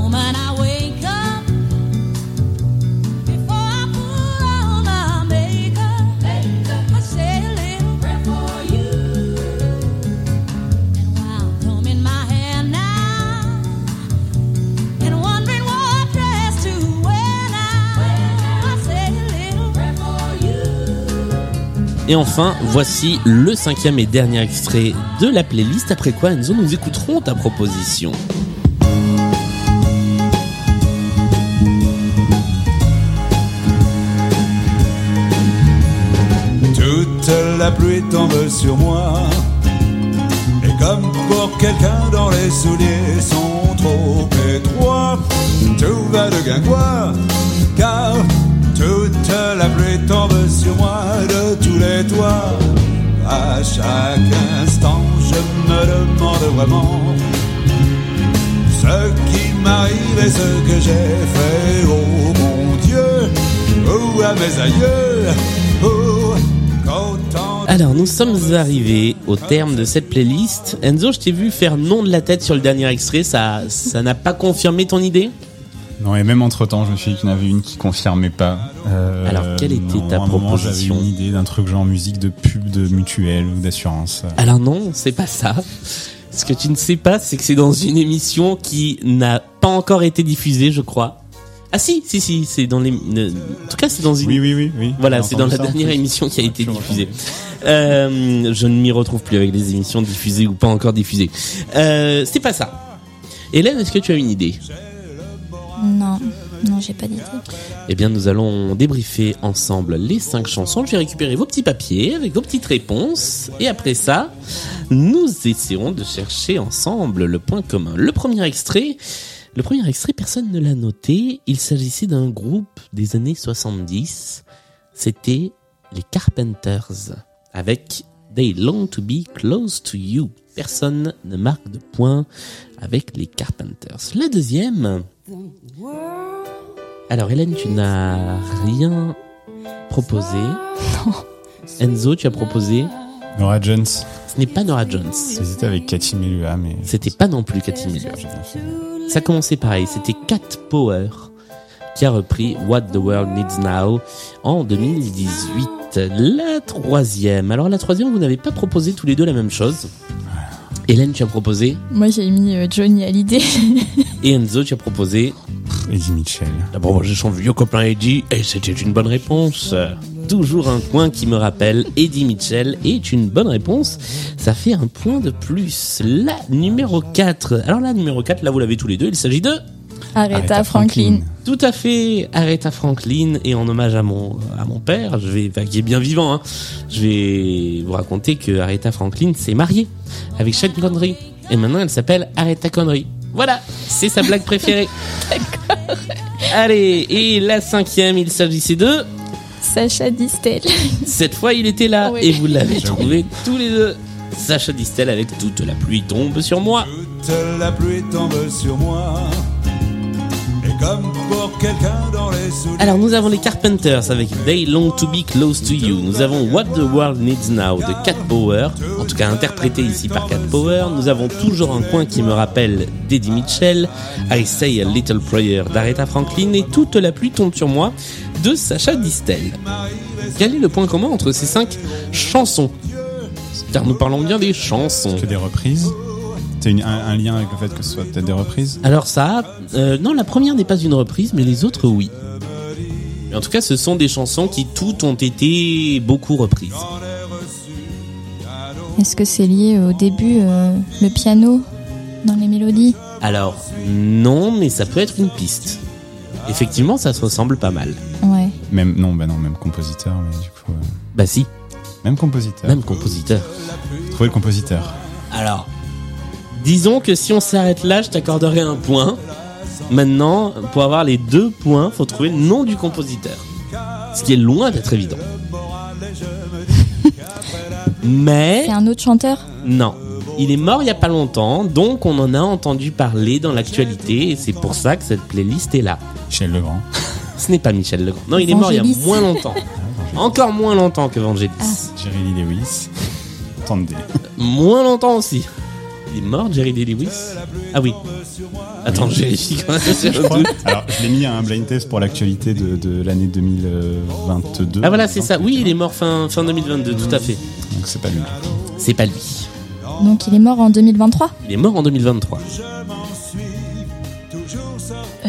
Et enfin, voici le cinquième et dernier extrait de la playlist, après quoi, Enzo, nous écouterons ta proposition. Toute la pluie tombe sur moi, et comme pour quelqu'un dont les souliers sont trop étroits, tout va de guingois, car toute la pluie tombe sur moi de tous les toits. À chaque instant, je me demande vraiment ce qui m'arrive et ce que j'ai fait. Oh mon Dieu, oh à mes aïeux, oh qu'autant. Alors, nous sommes arrivés au terme de cette playlist. Enzo, je t'ai vu faire non de la tête sur le dernier extrait. Ça, ça n'a pas confirmé ton idée ? Non, et même entre temps, je me suis dit qu'il y en avait une qui confirmait pas. Euh, Alors, quelle était non, ta à un moment, proposition ? J'avais une idée d'un truc genre musique de pub, de mutuelle ou d'assurance. Alors non, c'est pas ça. Ce que tu ne sais pas, c'est que c'est dans une émission qui n'a pas encore été diffusée, je crois. Ah si, si, si, c'est dans les... En tout cas, c'est dans une... Oui, oui, oui, oui. Voilà, J'ai c'est dans la entendu ça, en dernière plus. émission qui a été Je diffusée. Euh, je ne m'y retrouve plus avec les émissions diffusées ou pas encore diffusées. Euh, c'est pas ça. Hélène, est-ce que tu as une idée ? Non, non, j'ai pas d'idée. Eh bien, nous allons débriefer ensemble les cinq chansons. Je vais récupérer vos petits papiers avec vos petites réponses. Et après ça, nous essaierons de chercher ensemble le point commun. Le premier extrait, le premier extrait, personne ne l'a noté. Il s'agissait d'un groupe des années soixante-dix. C'était les Carpenters avec They Long to Be Close to You. Personne ne marque de point avec les Carpenters. La deuxième... Alors Hélène, tu n'as rien proposé. Non. Enzo, tu as proposé. Norah Jones. Ce n'est pas Norah Jones. J'hésitais avec Cathy Melua, mais... C'était pas non plus Cathy Melua. J'ai bien fait. Ça commençait pareil. C'était Cat Power qui a repris What the World Needs Now en deux mille dix-huit. La troisième. Alors la troisième, vous n'avez pas proposé tous les deux la même chose. Hélène, tu as proposé. Moi, j'ai mis euh, Johnny Hallyday. Et Enzo, tu as proposé. Eddie Mitchell. D'abord, j'ai son vieux copain Eddie, et c'était une bonne réponse. Toujours un coin qui me rappelle Eddie Mitchell est une bonne réponse. Ça fait un point de plus. La numéro quatre. Alors la numéro quatre, là vous l'avez tous les deux, il s'agit de... Aretha Franklin. Tout à fait, Aretha Franklin. Et en hommage à mon, à mon père, je vais, enfin, qui est bien vivant, hein, je vais vous raconter que Aretha Franklin s'est mariée avec Sean Connery. Et maintenant elle s'appelle Aretha Connery. Voilà, c'est sa blague préférée. D'accord. Allez, et la cinquième, il s'agissait de... Sacha Distel. Cette fois, il était là, Oui. et vous l'avez trouvé tous les deux. Sacha Distel avec Toute la pluie tombe sur moi. Toute la pluie tombe sur moi. Et comme pour quelqu'un dans les souliers. Alors nous avons les Carpenters avec They Long to Be Close to You. Nous avons What the World Needs Now de Cat Power, en tout cas interprété ici par Cat Power. Nous avons toujours un coin qui me rappelle d'Eddie Mitchell, I Say a Little Prayer d'Aretha Franklin et Toute la pluie tombe sur moi de Sacha Distel. Quel est le point commun entre ces cinq chansons ? Car nous parlons bien des chansons. Que des reprises. C'est une, un, un lien avec le fait que ce soit peut-être des reprises. Alors ça, euh, non, la première n'est pas une reprise, mais les autres, oui. Mais en tout cas, ce sont des chansons qui toutes ont été beaucoup reprises. Est-ce que c'est lié au début, euh, le piano dans les mélodies ? Alors, non, mais ça peut être une piste. Effectivement, ça se ressemble pas mal. Ouais. Même, non, bah non, même compositeur, mais du coup... euh, Bah si, même compositeur. même compositeur. Trouver le compositeur. Alors, disons que si on s'arrête là, je t'accorderai un point. Maintenant, pour avoir les deux points, faut trouver le nom du compositeur. Ce qui est loin d'être évident. Mais... C'est un autre chanteur ? Non. Il est mort il y a pas longtemps, donc on en a entendu parler dans l'actualité, et c'est pour ça que cette playlist est là. Michel Legrand. Ce n'est pas Michel Legrand. Non, il est mort il y a Vangelis. moins longtemps. Encore moins longtemps que Vangelis. Jerry Lee Lewis. Tendez. Moins longtemps aussi. Il est mort, Jerry Lee Lewis ? Ah oui. Attends, je vérifie quand même. Je crois. Alors, je l'ai mis à un blind test pour l'actualité de, de l'année deux mille vingt-deux. Ah voilà, c'est ça. Oui, il est mort fin, fin deux mille vingt-deux, tout à fait. Donc c'est pas lui. C'est pas lui. Donc il est mort en deux mille vingt-trois ? Il est mort en deux mille vingt-trois. Euh,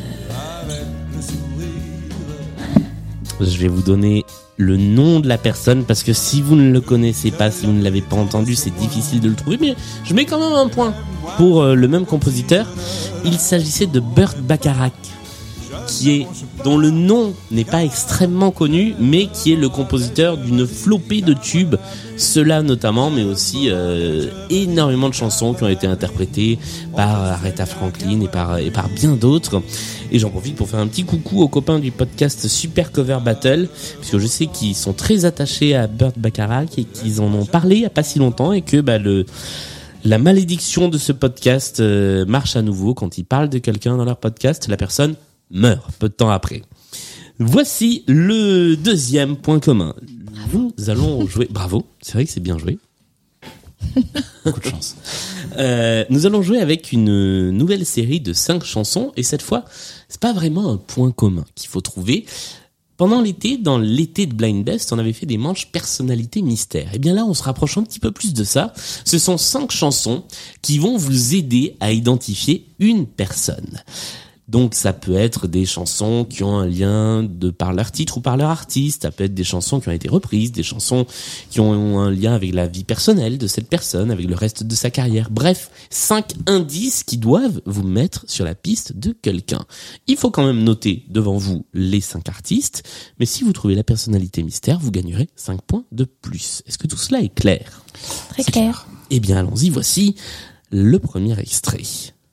Je vais vous donner le nom de la personne parce que si vous ne le connaissez pas, si vous ne l'avez pas entendu, c'est difficile de le trouver. Mais je mets quand même un point pour euh, le même compositeur. Il s'agissait de Burt Bacharach, qui est, dont le nom n'est pas extrêmement connu, mais qui est le compositeur d'une flopée de tubes, ceux-là notamment, mais aussi euh, énormément de chansons qui ont été interprétées par Aretha Franklin et par, et par bien d'autres. Et j'en profite pour faire un petit coucou aux copains du podcast Super Cover Battle, puisque je sais qu'ils sont très attachés à Burt Bacharach et qu'ils en ont parlé il n'y a pas si longtemps, et que bah, le, la malédiction de ce podcast euh, marche à nouveau. Quand ils parlent de quelqu'un dans leur podcast, la personne meurt peu de temps après. Voici le deuxième point commun. Nous allons jouer... Bravo, c'est vrai que c'est bien joué. Beaucoup de chance. Euh, nous allons jouer avec une nouvelle série de cinq chansons, et cette fois, c'est pas vraiment un point commun qu'il faut trouver. Pendant l'été, dans l'été de Blind Best, on avait fait des manches personnalité mystère. Et bien là, on se rapproche un petit peu plus de ça. Ce sont cinq chansons qui vont vous aider à identifier une personne. Donc ça peut être des chansons qui ont un lien de par leur titre ou par leur artiste, ça peut être des chansons qui ont été reprises, des chansons qui ont un lien avec la vie personnelle de cette personne, avec le reste de sa carrière. Bref, cinq indices qui doivent vous mettre sur la piste de quelqu'un. Il faut quand même noter devant vous les cinq artistes, mais si vous trouvez la personnalité mystère, vous gagnerez cinq points de plus. Est-ce que tout cela est clair ? Très clair. Eh bien allons-y, voici le premier extrait.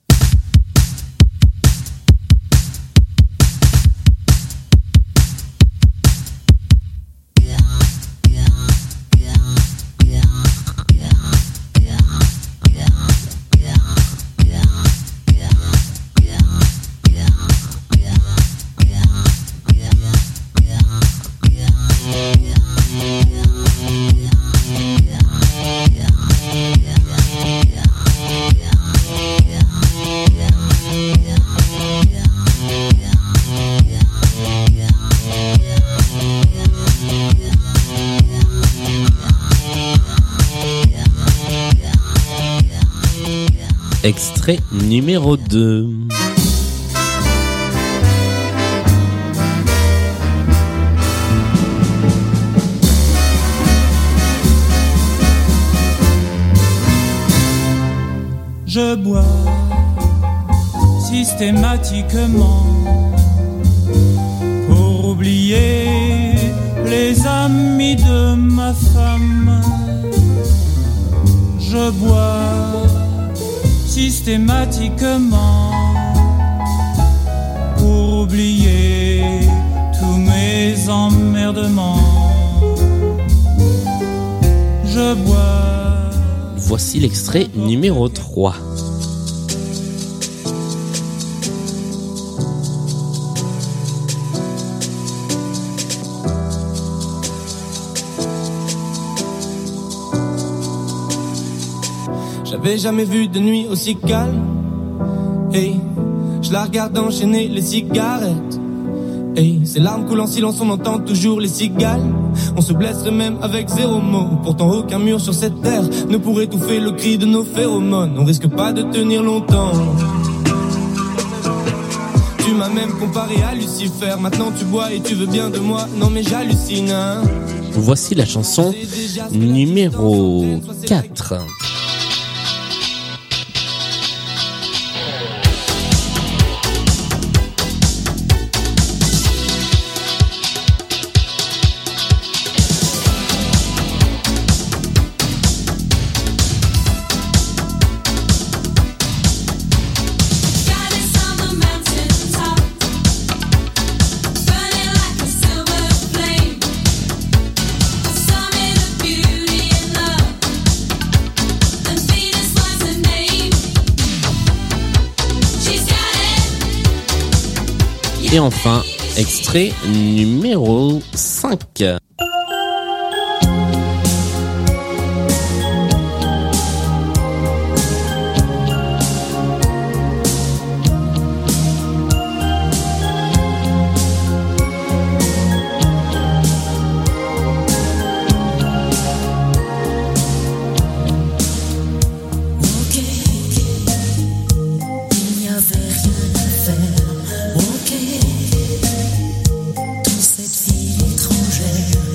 Extrait numéro deux. Je bois systématiquement pour oublier les amis de ma femme. Je bois systématiquement pour oublier tous mes emmerdements. Je bois. Voici l'extrait numéro trois. J'avais jamais vu de nuit aussi calme. Hey, je la regarde enchaîner les cigarettes. Hey, ces larmes coulent en silence, on entend toujours les cigales. On se blesse même avec zéro mot. Pourtant aucun mur sur cette terre ne pourrait étouffer le cri de nos phéromones. On risque pas de tenir longtemps. Tu m'as même comparé à Lucifer. Maintenant tu bois et tu veux bien de moi. Non mais j'hallucine, hein. Voici la chanson numéro quatre. Et enfin, extrait numéro cinq. Cette ville étrangère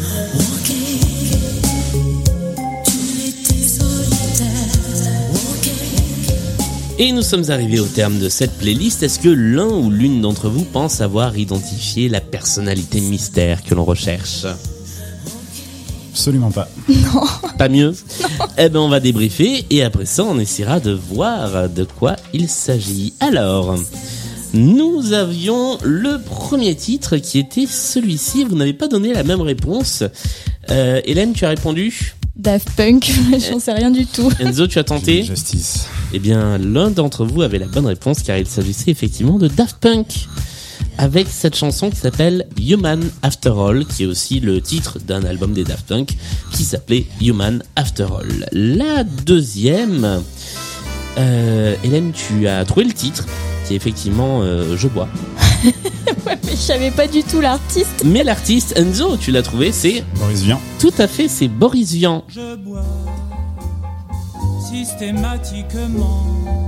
Et nous sommes arrivés au terme de cette playlist. Est-ce que l'un ou l'une d'entre vous pense avoir identifié la personnalité mystère que l'on recherche ? Absolument pas. Non. Pas mieux ? Non. Eh ben on va débriefer et après ça on essaiera de voir de quoi il s'agit. Alors, nous avions le premier titre qui était celui-ci. Vous n'avez pas donné la même réponse. Euh, Hélène, tu as répondu ? Daft Punk, j'en sais rien du tout. Enzo, tu as tenté ? Justice. Eh bien, l'un d'entre vous avait la bonne réponse car il s'agissait effectivement de Daft Punk avec cette chanson qui s'appelle Human After All, qui est aussi le titre d'un album des Daft Punk qui s'appelait Human After All. La deuxième, euh, Hélène, tu as trouvé le titre qui est effectivement euh, Je bois. Ouais, mais je savais pas du tout l'artiste. Mais l'artiste, Enzo, tu l'as trouvé, c'est Boris Vian. Tout à fait, c'est Boris Vian. Je bois systématiquement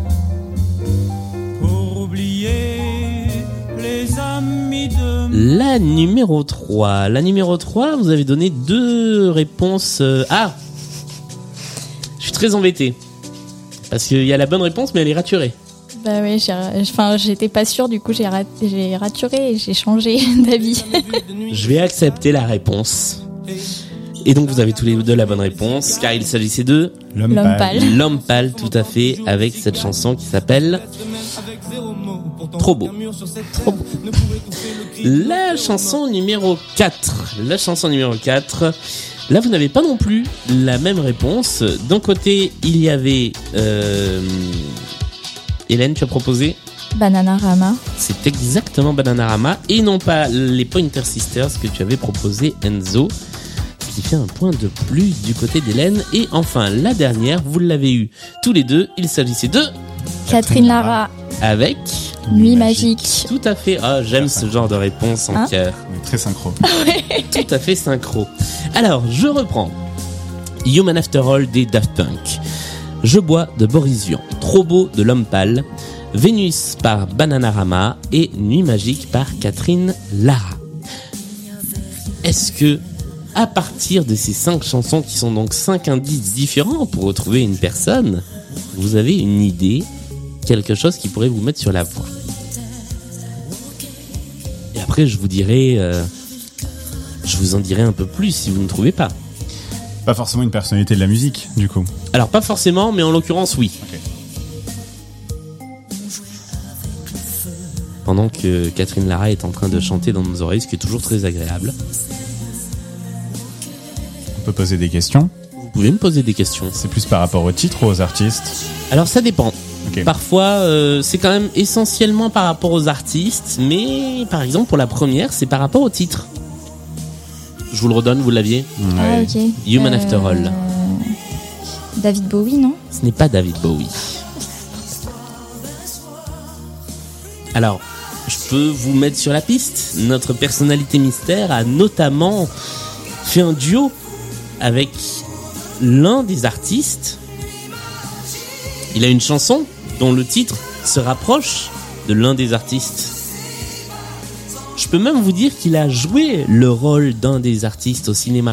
pour oublier les amis de... La numéro trois. La numéro trois, vous avez donné deux réponses. Euh... Ah, je suis très embêté. Parce qu'il y a la bonne réponse, mais elle est raturée. Bah ouais, j'ai, enfin, j'étais pas sûre, du coup j'ai, rat, j'ai raturé et j'ai changé d'avis. Je vais accepter la réponse. Et donc vous avez tous les deux la bonne réponse, car il s'agissait de L'homme, L'homme pâle. pâle. L'homme pâle, tout à fait, avec cette chanson qui s'appelle Trop beau. Trop beau. La chanson numéro quatre. La chanson numéro quatre. Là, vous n'avez pas non plus la même réponse. D'un côté, il y avait... Euh... Hélène, tu as proposé ? Bananarama. C'est exactement Bananarama et non pas les Pointer Sisters que tu avais proposé, Enzo. Ce qui fait un point de plus du côté d'Hélène. Et enfin, la dernière, vous l'avez eu tous les deux. Il s'agissait de... Catherine Lara. Avec... Nuit magique. Tout à fait. Ah, j'aime ce genre de réponse en Hein cœur. On est très synchro. Tout à fait synchro. Alors, je reprends. Human After All des Daft Punk. Je bois de Boris Vian. Trop beau de L'Homme Pâle. Vénus par Bananarama et Nuit Magique par Catherine Lara. Est-ce que, à partir de ces cinq chansons qui sont donc cinq indices différents pour retrouver une personne, vous avez une idée, quelque chose qui pourrait vous mettre sur la voie? Et après, je vous dirai, euh, je vous en dirai un peu plus si vous ne trouvez pas. Pas forcément une personnalité de la musique, du coup. Alors pas forcément, mais en l'occurrence oui. Okay. Pendant que Catherine Lara est en train de chanter dans nos oreilles, ce qui est toujours très agréable. On peut poser des questions. Vous pouvez me poser des questions. C'est plus par rapport au titre ou aux artistes? Alors ça dépend. Okay. Parfois, euh, c'est quand même essentiellement par rapport aux artistes, mais par exemple pour la première, c'est par rapport au titre. Je vous le redonne, vous l'aviez? Ah, ok. Human Euh, After All. David Bowie, non? Ce n'est pas David Bowie. Alors, je peux vous mettre sur la piste. Notre personnalité mystère a notamment fait un duo avec l'un des artistes. Il a une chanson dont le titre se rapproche de l'un des artistes. Je peux même vous dire qu'il a joué le rôle d'un des artistes au cinéma.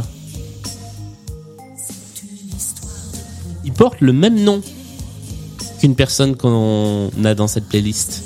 Il porte le même nom qu'une personne qu'on a dans cette playlist.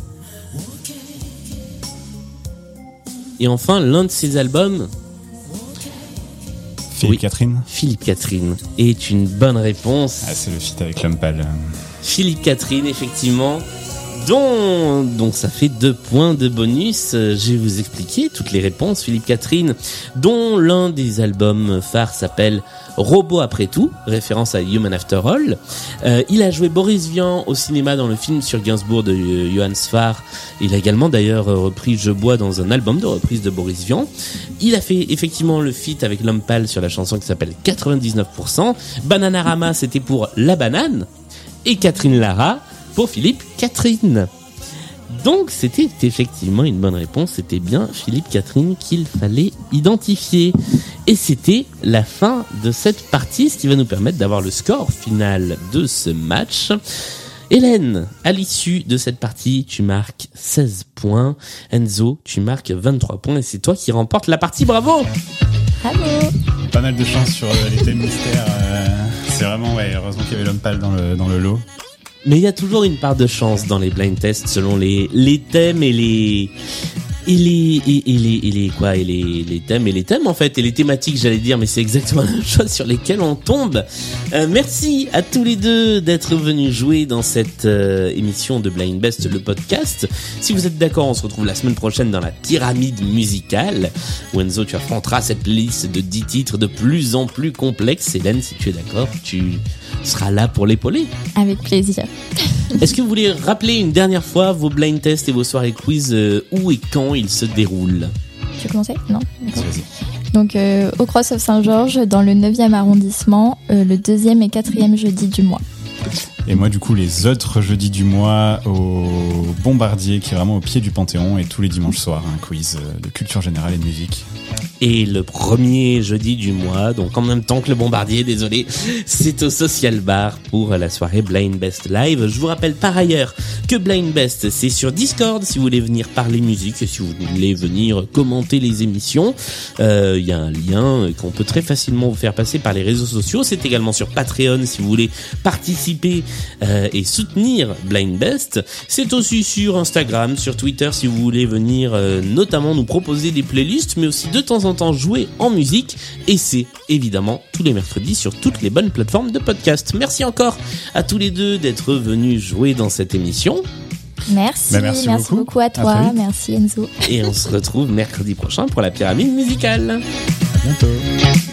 Et enfin, l'un de ses albums, Philippe oui. Catherine. Philippe Catherine, est une bonne réponse. Ah, c'est le feat avec L'Homme Pâle. Philippe Catherine, effectivement. dont, donc ça fait deux points de bonus. Je vais vous expliquer toutes les réponses. Philippe Catherine, dont l'un des albums phares s'appelle Robot après tout, référence à Human After All. Euh, il a joué Boris Vian au cinéma dans le film sur Gainsbourg de Johann Sfar. Il a également d'ailleurs repris Je bois dans un album de reprise de Boris Vian. Il a fait effectivement le feat avec L'Homme Pâle sur la chanson qui s'appelle quatre-vingt-dix-neuf pour cent. Bananarama, c'était pour La Banane. Et Catherine Lara pour Philippe Catherine. Donc c'était effectivement une bonne réponse, c'était bien Philippe Catherine qu'il fallait identifier. Et c'était la fin de cette partie, ce qui va nous permettre d'avoir le score final de ce match. Hélène, à l'issue de cette partie, tu marques seize points. Enzo, tu marques vingt-trois points et c'est toi qui remporte la partie, bravo! Bravo! Pas mal de chance sur euh, les thèmes mystères. Euh, c'est vraiment, ouais, heureusement qu'il y avait L'Homme Pâle dans le, dans le lot. Mais il y a toujours une part de chance dans les blind tests selon les les thèmes et les et les et, et les et les quoi et les les thèmes et les thèmes en fait et les thématiques j'allais dire, mais c'est exactement la même chose sur lesquelles on tombe. Euh, merci à tous les deux d'être venus jouer dans cette euh, émission de Blind Best, le podcast. Si vous êtes d'accord, on se retrouve la semaine prochaine dans la pyramide musicale où Enzo, tu affronteras cette liste de dix titres de plus en plus complexes. Hélène, si tu es d'accord, tu seras là pour l'épauler. Avec plaisir. Est-ce que vous voulez rappeler une dernière fois vos blind tests et vos soirées quiz, euh, où et quand ils se déroulent? Tu veux commencer? Non? D'accord. Vas-y. Donc euh, au Cross of Saint-Georges, dans le neuvième arrondissement, euh, le deuxième et quatrième jeudi du mois. Et moi, du coup, les autres jeudis du mois au Bombardier, qui est vraiment au pied du Panthéon, et tous les dimanches soirs, un quiz de culture générale et de musique. Et le premier jeudi du mois, donc en même temps que le Bombardier, désolé, c'est au Social Bar pour la soirée Blind Best Live. Je vous rappelle par ailleurs que Blind Best, c'est sur Discord si vous voulez venir parler musique, si vous voulez venir commenter les émissions. Il euh, y a un lien qu'on peut très facilement vous faire passer par les réseaux sociaux. C'est également sur Patreon si vous voulez participer euh, et soutenir Blind Best. C'est aussi sur Instagram, sur Twitter si vous voulez venir euh, notamment nous proposer des playlists, mais aussi de temps en temps jouer en musique, et c'est évidemment tous les mercredis sur toutes les bonnes plateformes de podcast. Merci encore à tous les deux d'être venus jouer dans cette émission. Merci, bah merci, merci beaucoup. beaucoup à toi, à merci Enzo. Et on se retrouve mercredi prochain pour la pyramide musicale. À bientôt.